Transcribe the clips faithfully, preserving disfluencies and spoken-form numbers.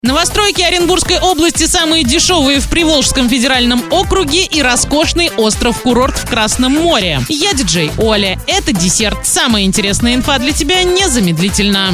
Новостройки Оренбургской области самые дешевые в Приволжском федеральном округе и роскошный остров-курорт в Красном море. Я диджей Оля. Это десерт. Самая интересная инфа для тебя незамедлительно.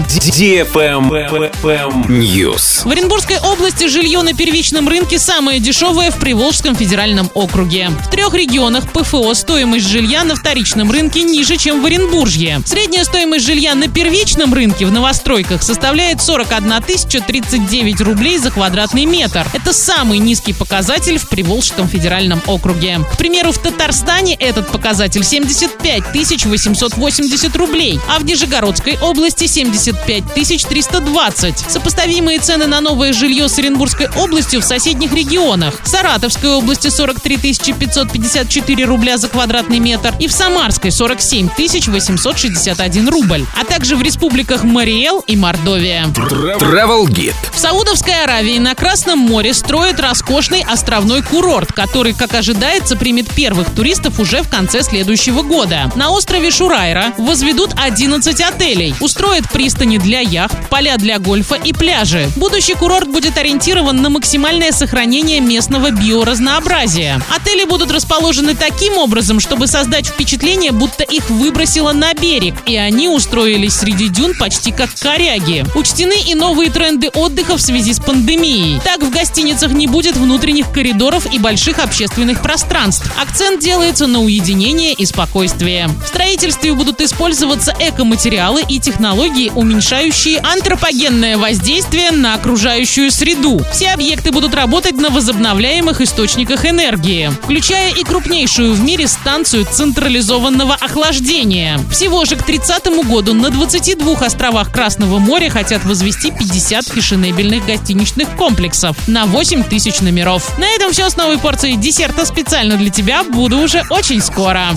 News. В Оренбургской области жилье на первичном рынке самое дешевое в Приволжском федеральном округе. В трех регионах ПФО стоимость жилья на вторичном рынке ниже, чем в Оренбуржье. Средняя стоимость жилья на первичном рынке в новостройках составляет сорок одна тысяча тридцать девять рублей за квадратный метр. Это самый низкий показатель в Приволжском федеральном округе. К примеру, в Татарстане этот показатель семьдесят пять тысяч восемьсот восемьдесят рублей, а в Нижегородской области семьдесят пять тысяч триста двадцать. Сопоставимые цены на новое жилье с Оренбургской областью в соседних регионах. В Саратовской области сорок три тысячи пятьсот пятьдесят четыре рубля за квадратный метр и в Самарской сорок семь тысяч восемьсот шестьдесят один рубль, а также в республиках Мариэл и Мордовия. Travel Guide. В Саудовской Аравии на Красном море строят роскошный островной курорт, который, как ожидается, примет первых туристов уже в конце следующего года. На острове Шурайра возведут одиннадцать отелей, устроят пристани для яхт, поля для гольфа и пляжи. Будущий курорт будет ориентирован на максимальное сохранение местного биоразнообразия. Отели будут расположены таким образом, чтобы создать впечатление, будто их выбросило на берег, и они устроились среди дюн почти как коряги. Учтены и новые тренды отдыха в связи с пандемией. Так, в гостиницах не будет внутренних коридоров и больших общественных пространств. Акцент делается на уединение и спокойствие. В строительстве будут использоваться экоматериалы и технологии, уменьшающие антропогенное воздействие на окружающую среду. Все объекты будут работать на возобновляемых источниках энергии, включая и крупнейшую в мире станцию централизованного охлаждения. Всего же к тридцатому году на двадцати двух островах Красного моря хотят возвести пятьдесят фешенебельных гостиничных комплексов на восемь тысяч номеров. На этом все с новой порцией десерта специально для тебя. Буду уже очень скоро.